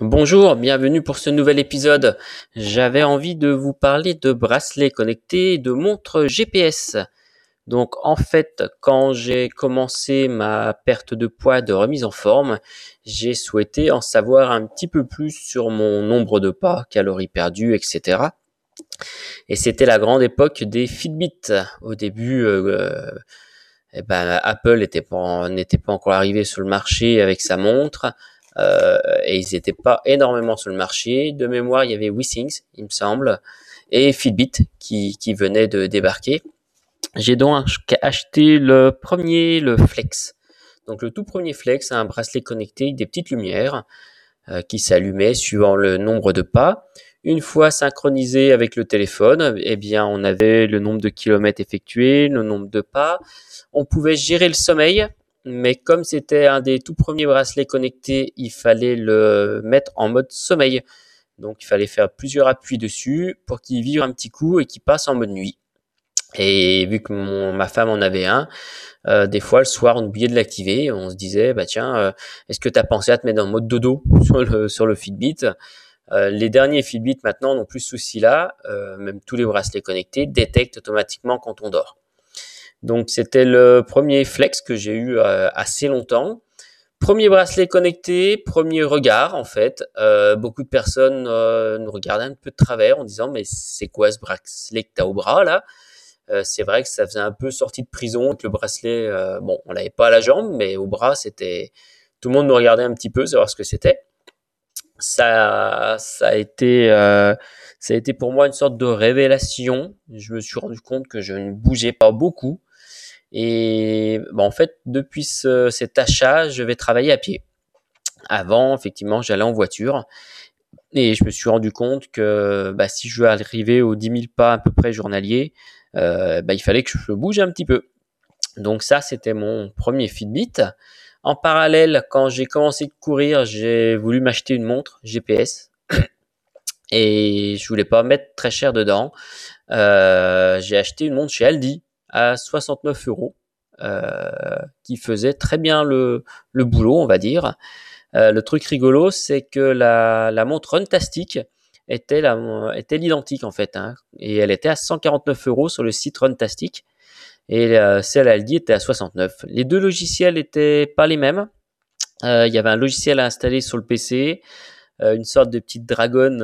Bonjour, bienvenue pour ce nouvel épisode. J'avais envie de vous parler de bracelets connectés et de montres GPS. Donc en fait, quand j'ai commencé ma perte de poids de remise en forme, j'ai souhaité en savoir un petit peu plus sur mon nombre de pas, calories perdues, etc. Et c'était la grande époque des Fitbit. Au début, Apple n'était pas encore arrivé sur le marché avec sa montre. Et ils n'étaient pas énormément sur le marché. De mémoire, il y avait Withings, il me semble, et Fitbit qui venait de débarquer. J'ai donc acheté le Flex. Donc le tout premier Flex, un bracelet connecté avec des petites lumières qui s'allumaient suivant le nombre de pas. Une fois synchronisé avec le téléphone, eh bien, on avait le nombre de kilomètres effectués, le nombre de pas. On pouvait gérer le sommeil, mais comme c'était un des tout premiers bracelets connectés, il fallait le mettre en mode sommeil. Donc, il fallait faire plusieurs appuis dessus pour qu'il vibre un petit coup et qu'il passe en mode nuit. Et vu que ma femme en avait un, des fois le soir on oubliait de l'activer, on se disait bah tiens, est-ce que tu as pensé à te mettre en mode dodo sur le Fitbit? Les derniers Fitbit maintenant n'ont plus ce souci-là, même tous les bracelets connectés détectent automatiquement quand on dort. Donc c'était le premier Flex que j'ai eu assez longtemps. Premier bracelet connecté, premier regard en fait. Beaucoup de personnes nous regardaient un peu de travers en disant mais c'est quoi ce bracelet que t'as au bras là? C'est vrai que ça faisait un peu sortie de prison avec le bracelet. Bon, on l'avait pas à la jambe, mais au bras c'était. Tout le monde nous regardait un petit peu, savoir ce que c'était. Ça a été pour moi une sorte de révélation. Je me suis rendu compte que je ne bougeais pas beaucoup. Et en fait, depuis cet achat, je vais travailler à pied. Avant, effectivement, j'allais en voiture. Et je me suis rendu compte que si je veux arriver aux 10 000 pas à peu près journaliers, il fallait que je bouge un petit peu. Donc ça, c'était mon premier Fitbit. En parallèle, quand j'ai commencé de courir, j'ai voulu m'acheter une montre GPS. Et je voulais pas mettre très cher dedans. J'ai acheté une montre chez Aldi à 69 euros, qui faisait très bien le boulot, on va dire. Le truc rigolo, c'est que la montre Runtastic était l'identique en fait, hein, et elle était à 149 euros sur le site Runtastic, et celle Aldi était à 69. Les deux logiciels étaient pas les mêmes. Il y avait un logiciel à installer sur le PC, une sorte de petite dragonne,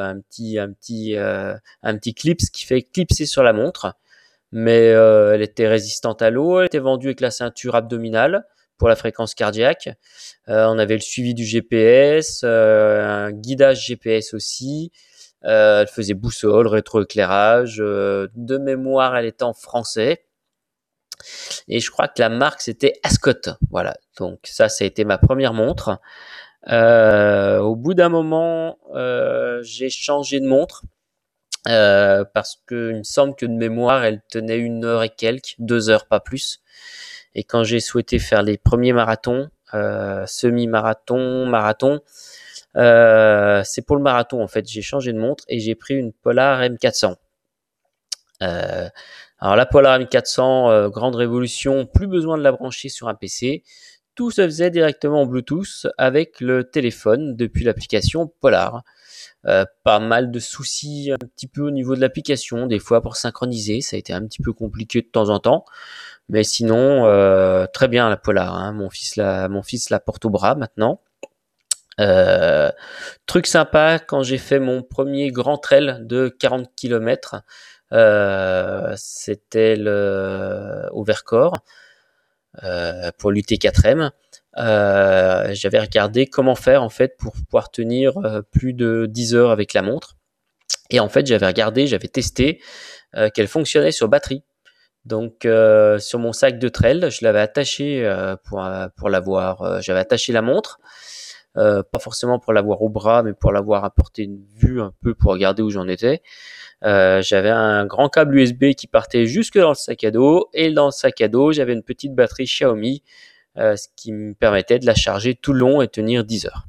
un petit clip qui fait clipser sur la montre, mais elle était résistante à l'eau, elle était vendue avec la ceinture abdominale pour la fréquence cardiaque. On avait le suivi du GPS, un guidage GPS aussi. Elle faisait boussole, rétroéclairage. De mémoire, elle était en français. Et je crois que la marque, c'était Ascot. Voilà, donc ça a été ma première montre. Au bout d'un moment, j'ai changé de montre. Parce que il me semble que de mémoire, elle tenait 1 heure et quelques, 2 heures, pas plus. Et quand j'ai souhaité faire les premiers marathons, semi-marathon, marathon, c'est pour le marathon en fait. J'ai changé de montre et j'ai pris une Polar M400. Alors la Polar M400, grande révolution, plus besoin de la brancher sur un PC. Tout se faisait directement en Bluetooth avec le téléphone depuis l'application Polar. Pas mal de soucis un petit peu au niveau de l'application, des fois pour synchroniser, ça a été un petit peu compliqué de temps en temps, mais sinon très bien la Polar, hein. Mon fils la porte au bras maintenant. Truc sympa, quand j'ai fait mon premier grand trail de 40 km, c'était au Vercors, pour l'UT4M. J'avais regardé comment faire en fait pour pouvoir tenir plus de 10 heures avec la montre. Et en fait, j'avais testé qu'elle fonctionnait sur batterie. Donc sur mon sac de trail, je l'avais attaché pour l'avoir. J'avais attaché la montre, pas forcément pour l'avoir au bras, mais pour l'avoir à portée de vue un peu pour regarder où j'en étais. J'avais un grand câble USB qui partait jusque dans le sac à dos, et dans le sac à dos, j'avais une petite batterie Xiaomi, ce qui me permettait de la charger tout le long et tenir 10 heures.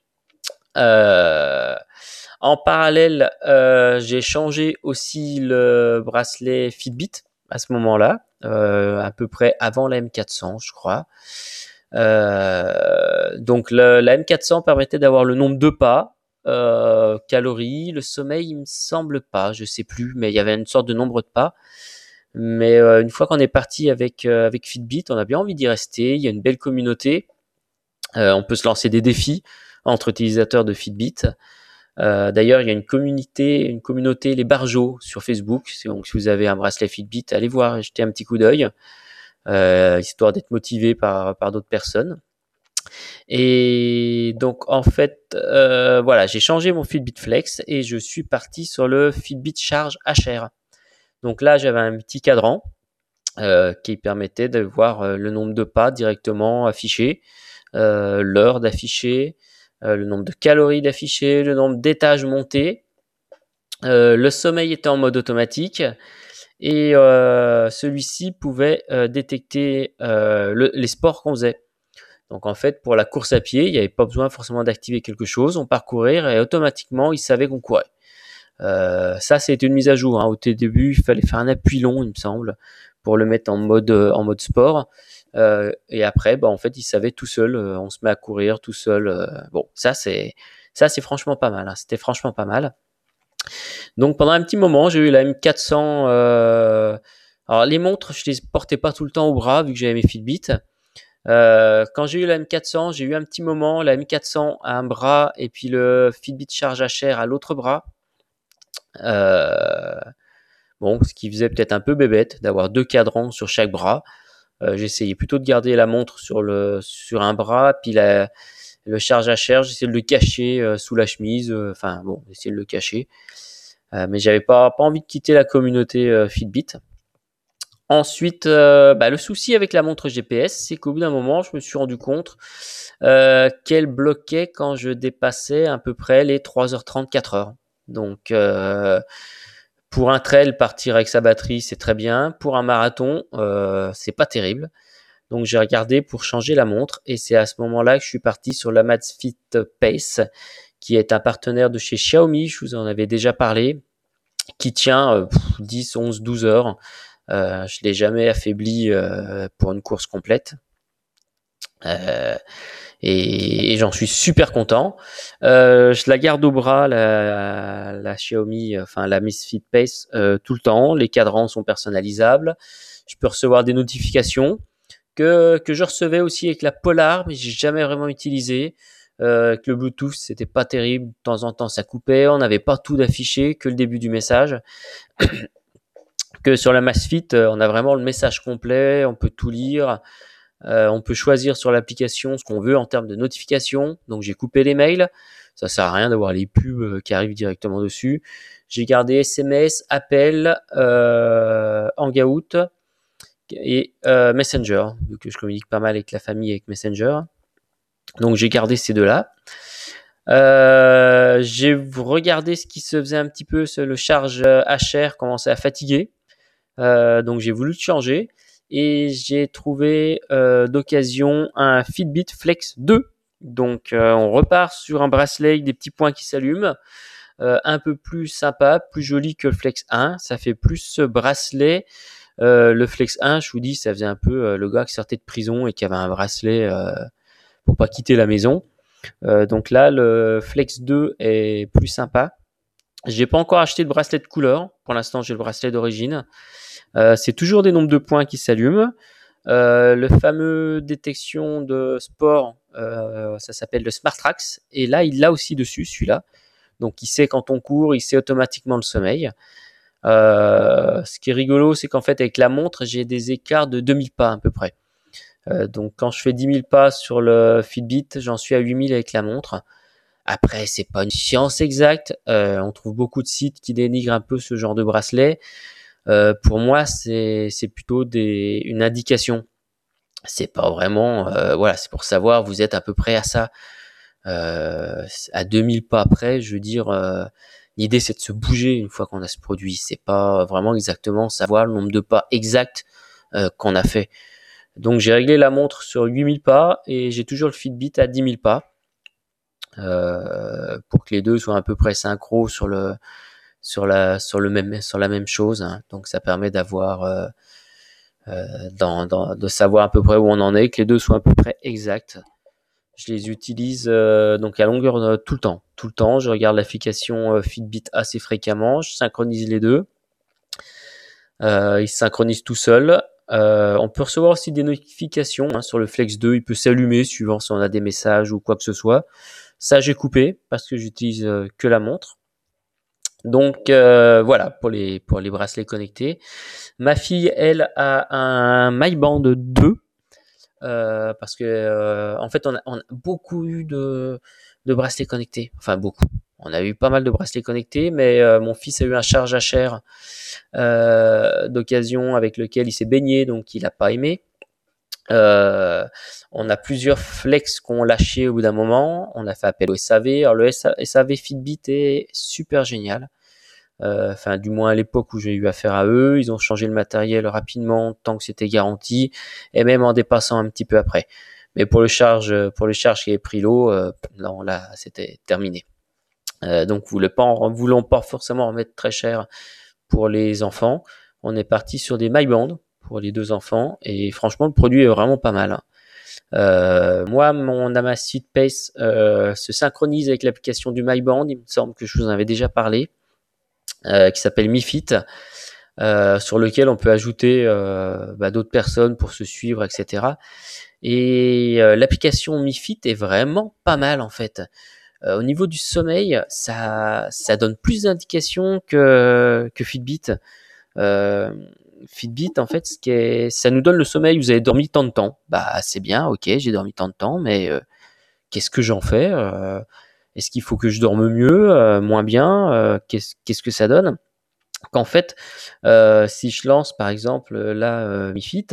En parallèle, j'ai changé aussi le bracelet Fitbit à ce moment-là, à peu près avant la M400, je crois. Donc la M400 permettait d'avoir le nombre de pas, calories, le sommeil, il me semble pas, je sais plus, mais il y avait une sorte de nombre de pas. Mais une fois qu'on est parti avec Fitbit, on a bien envie d'y rester. Il y a une belle communauté. On peut se lancer des défis entre utilisateurs de Fitbit. D'ailleurs, il y a une communauté les Barjots sur Facebook. Donc, si vous avez un bracelet Fitbit, allez voir, jetez un petit coup d'œil, histoire d'être motivé par d'autres personnes. Et donc, en fait, voilà, j'ai changé mon Fitbit Flex et je suis parti sur le Fitbit Charge HR. Donc là, j'avais un petit cadran qui permettait de voir le nombre de pas directement affiché, l'heure d'afficher, le nombre de calories d'afficher, le nombre d'étages montés. Le sommeil était en mode automatique et celui-ci pouvait détecter les sports qu'on faisait. Donc en fait, pour la course à pied, il n'y avait pas besoin forcément d'activer quelque chose, on parcourait et automatiquement, il savait qu'on courait. Ça, c'était une mise à jour. Au début, il fallait faire un appui long, il me semble, pour le mettre en mode sport. Et après, en fait, il savait tout seul. On se met à courir tout seul. Bon, ça, c'est franchement pas mal. C'était franchement pas mal. Donc pendant un petit moment, j'ai eu la M400. Alors les montres, je les portais pas tout le temps au bras vu que j'avais mes Fitbit. Quand j'ai eu la M400, j'ai eu un petit moment la M400 à un bras et puis le Fitbit Charge HR à l'autre bras. Bon, ce qui faisait peut-être un peu bébête d'avoir 2 cadrans sur chaque bras. J'essayais plutôt de garder la montre sur un bras, puis le charge HR, j'essayais de le cacher sous la chemise. Enfin bon, j'essayais de le cacher. Mais j'avais pas envie de quitter la communauté Fitbit. Ensuite, le souci avec la montre GPS, c'est qu'au bout d'un moment, je me suis rendu compte qu'elle bloquait quand je dépassais à peu près les 3h30, 4h. Donc, pour un trail, partir avec sa batterie, c'est très bien. Pour un marathon, c'est pas terrible. Donc, j'ai regardé pour changer la montre et c'est à ce moment-là que je suis parti sur l'Amazfit Pace, qui est un partenaire de chez Xiaomi. Je vous en avais déjà parlé, qui tient 10, 11, 12 heures. Je l'ai jamais affaibli pour une course complète. Et j'en suis super content. Je la garde au bras, la Xiaomi, enfin la Misfit Pace, tout le temps. Les cadrans sont personnalisables. Je peux recevoir des notifications que je recevais aussi avec la Polar, mais j'ai jamais vraiment utilisé. Avec le Bluetooth, c'était pas terrible. De temps en temps, ça coupait. On n'avait pas tout d'affiché, que le début du message. Que sur la Misfit, on a vraiment le message complet. On peut tout lire. On peut choisir sur l'application ce qu'on veut en termes de notifications. Donc j'ai coupé les mails. Ça sert à rien d'avoir les pubs qui arrivent directement dessus. J'ai gardé SMS, appel, Hangout et Messenger, vu que je communique pas mal avec la famille avec Messenger. Donc j'ai gardé ces deux-là. J'ai regardé ce qui se faisait un petit peu, le charge HR commençait à fatiguer. Donc j'ai voulu le changer. Et j'ai trouvé d'occasion un Fitbit Flex 2. Donc on repart sur un bracelet avec des petits points qui s'allument, un peu plus sympa, plus joli que le Flex 1. Ça fait plus ce bracelet. Le Flex 1, je vous dis, ça faisait un peu le gars qui sortait de prison et qui avait un bracelet pour pas quitter la maison. Donc là, le Flex 2 est plus sympa. J'ai pas encore acheté de bracelet de couleur. Pour l'instant, j'ai le bracelet d'origine. C'est toujours des nombres de points qui s'allument. Le fameux détection de sport, ça s'appelle le Smart Tracks. Et là, il l'a aussi dessus, celui-là. Donc, il sait quand on court, il sait automatiquement le sommeil. Ce qui est rigolo, c'est qu'en fait, avec la montre, j'ai des écarts de 2000 pas à peu près. Donc, quand je fais 10 000 pas sur le Fitbit, j'en suis à 8000 avec la montre. Après, c'est pas une science exacte. On trouve beaucoup de sites qui dénigrent un peu ce genre de bracelet. Pour moi, c'est plutôt une indication. C'est pas vraiment, voilà, c'est pour savoir, vous êtes à peu près à ça, à 2000 pas après, je veux dire, l'idée c'est de se bouger une fois qu'on a ce produit. C'est pas vraiment exactement savoir le nombre de pas exact qu'on a fait. Donc j'ai réglé la montre sur 8000 pas et j'ai toujours le Fitbit à 10 000 pas pour que les deux soient à peu près synchro sur la même chose, hein. Donc ça permet d'avoir de savoir à peu près où on en est, que les deux soient à peu près exacts. Je les utilise donc à longueur tout le temps. Tout le temps, je regarde l'application Fitbit assez fréquemment, je synchronise les deux. Il se synchronise tout seul. On peut recevoir aussi des notifications sur le Flex 2, il peut s'allumer suivant si on a des messages ou quoi que ce soit. Ça, j'ai coupé parce que j'utilise que la montre. Donc voilà pour les bracelets connectés. Ma fille, elle, a un MyBand 2 parce que en fait, on a beaucoup eu de bracelets connectés. Enfin, beaucoup. On a eu pas mal de bracelets connectés, mais mon fils a eu un charge à chair d'occasion avec lequel il s'est baigné, donc il n'a pas aimé. On a plusieurs flex qu'on lâché au bout d'un moment. On a fait appel au SAV. Alors le SAV Fitbit est super génial. Enfin, du moins à l'époque où j'ai eu affaire à eux, ils ont changé le matériel rapidement, tant que c'était garanti, et même en dépassant un petit peu après. Mais pour le charge qui avait pris l'eau, non, là, c'était terminé. Donc, voulant pas forcément remettre très cher pour les enfants, on est parti sur des MyBand pour les deux enfants, et franchement, le produit est vraiment pas mal. Moi, mon Amazfit Pace se synchronise avec l'application du MyBand. Il me semble que je vous en avais déjà parlé. Qui s'appelle MiFit, sur lequel on peut ajouter d'autres personnes pour se suivre, etc. Et l'application MiFit est vraiment pas mal en fait. Au niveau du sommeil, ça donne plus d'indications que Fitbit. Fitbit, en fait, ça nous donne le sommeil. Vous avez dormi tant de temps. Bah, c'est bien, ok, j'ai dormi tant de temps, mais qu'est-ce que j'en fais Est-ce qu'il faut que je dorme mieux, moins bien qu'est-ce que ça donne Qu'en fait, si je lance par exemple là MiFit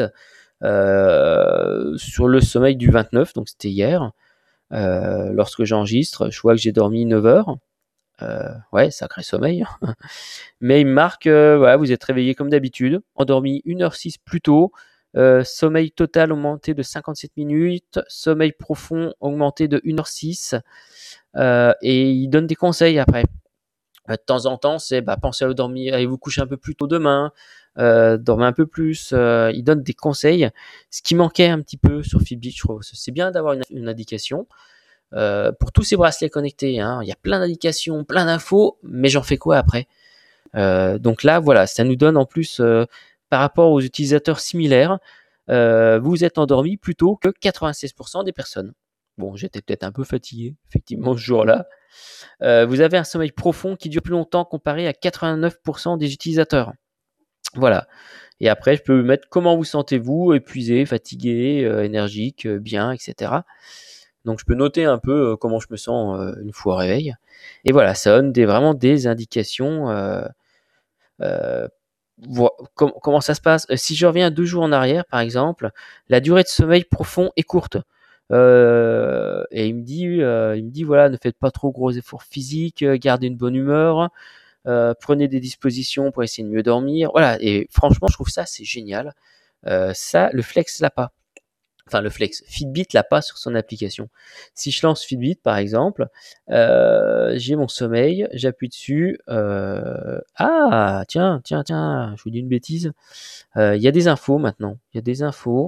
sur le sommeil du 29, donc c'était hier, lorsque j'enregistre, je vois que j'ai dormi 9 heures. Ouais, sacré sommeil. Mais il me marque, voilà, vous êtes réveillé comme d'habitude, endormi 1h06 plus tôt, sommeil total augmenté de 57 minutes, sommeil profond augmenté de 1h06, et il donne des conseils après. De temps en temps, c'est pensez à dormir, allez vous coucher un peu plus tôt demain, dormez un peu plus. Il donne des conseils. Ce qui manquait un petit peu sur Fitbit, je trouve, c'est bien d'avoir une indication. Pour tous ces bracelets connectés, il y a plein d'indications, plein d'infos, mais j'en fais quoi après Donc là, voilà, ça nous donne en plus, par rapport aux utilisateurs similaires, vous êtes endormi plus tôt que 96% des personnes. Bon, j'étais peut-être un peu fatigué, effectivement, ce jour-là. Vous avez un sommeil profond qui dure plus longtemps comparé à 89% des utilisateurs. Voilà. Et après, je peux mettre comment vous sentez-vous, épuisé, fatigué, énergique, bien, etc. Donc, je peux noter un peu comment je me sens une fois au réveil. Et voilà, ça donne vraiment des indications. Comment ça se passe Si je reviens 2 jours en arrière, par exemple, la durée de sommeil profond est courte. Et il me dit voilà, ne faites pas trop gros efforts physiques, gardez une bonne humeur, prenez des dispositions pour essayer de mieux dormir. Voilà, et franchement, je trouve ça c'est génial. Ça, le Flex l'a pas. Enfin, le Flex, Fitbit l'a pas sur son application. Si je lance Fitbit, par exemple, j'ai mon sommeil, j'appuie dessus. Ah, tiens, je vous dis une bêtise. Il y a des infos maintenant. Il y a des infos.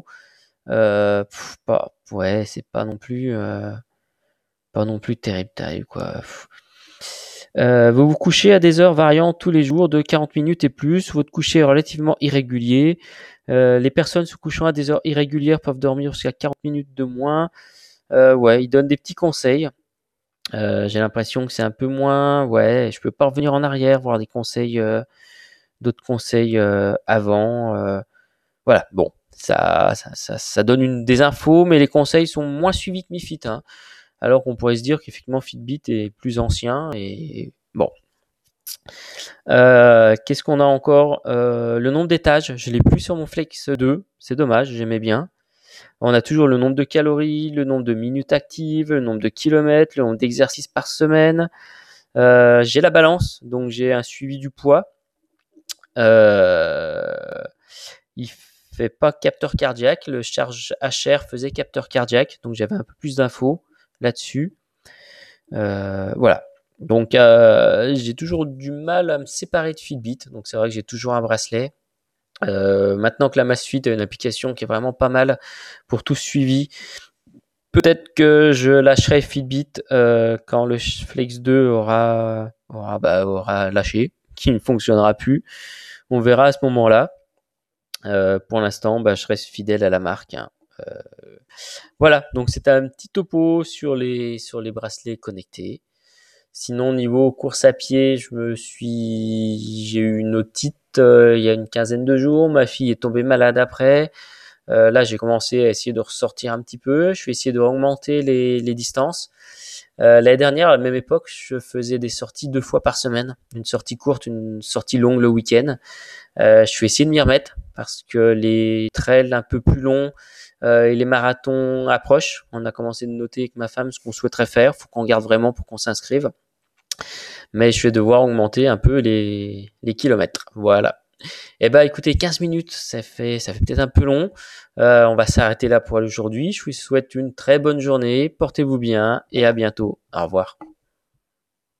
Ouais, c'est pas non plus terrible, quoi. Vous vous couchez à des heures variant tous les jours de 40 minutes et plus. Votre coucher est relativement irrégulier. Les personnes se couchant à des heures irrégulières peuvent dormir jusqu'à 40 minutes de moins. Ouais, il donne des petits conseils. J'ai l'impression que c'est un peu moins. Ouais, je peux pas revenir en arrière, voir des conseils, d'autres conseils avant. Voilà, bon, ça donne des infos, mais les conseils sont moins suivis que MiFit. Alors qu'on pourrait se dire qu'effectivement Fitbit est plus ancien et bon. Qu'est-ce qu'on a encore Le nombre d'étages, je l'ai plus sur mon Flex 2, c'est dommage, j'aimais bien. On a toujours le nombre de calories, le nombre de minutes actives, le nombre de kilomètres, le nombre d'exercices par semaine. J'ai la balance, donc j'ai un suivi du poids. Il fait pas capteur cardiaque, le charge HR faisait capteur cardiaque, donc j'avais un peu plus d'infos là-dessus. Voilà. Donc j'ai toujours du mal à me séparer de Fitbit, donc c'est vrai que j'ai toujours un bracelet. Maintenant que la Massfit a une application qui est vraiment pas mal pour tout suivi, peut-être que je lâcherai Fitbit quand le Flex 2 aura lâché, qui ne fonctionnera plus. On verra à ce moment-là. Pour l'instant, je reste fidèle à la marque, hein. Voilà, donc c'était un petit topo sur les bracelets connectés. Sinon, niveau course à pied, j'ai eu une otite il y a une quinzaine de jours. Ma fille est tombée malade après. Là, j'ai commencé à essayer de ressortir un petit peu. Je vais essayer de augmenter les distances. L'année dernière, à la même époque, je faisais des sorties 2 fois par semaine. Une sortie courte, une sortie longue le week-end. Je vais essayer de m'y remettre parce que les trails un peu plus longs et les marathons approchent. On a commencé de noter avec ma femme ce qu'on souhaiterait faire. Il faut qu'on garde vraiment pour qu'on s'inscrive. Mais je vais devoir augmenter un peu les kilomètres. Voilà. Eh ben, écoutez, 15 minutes, ça fait peut-être un peu long. On va s'arrêter là pour aujourd'hui. Je vous souhaite une très bonne journée. Portez-vous bien et à bientôt. Au revoir.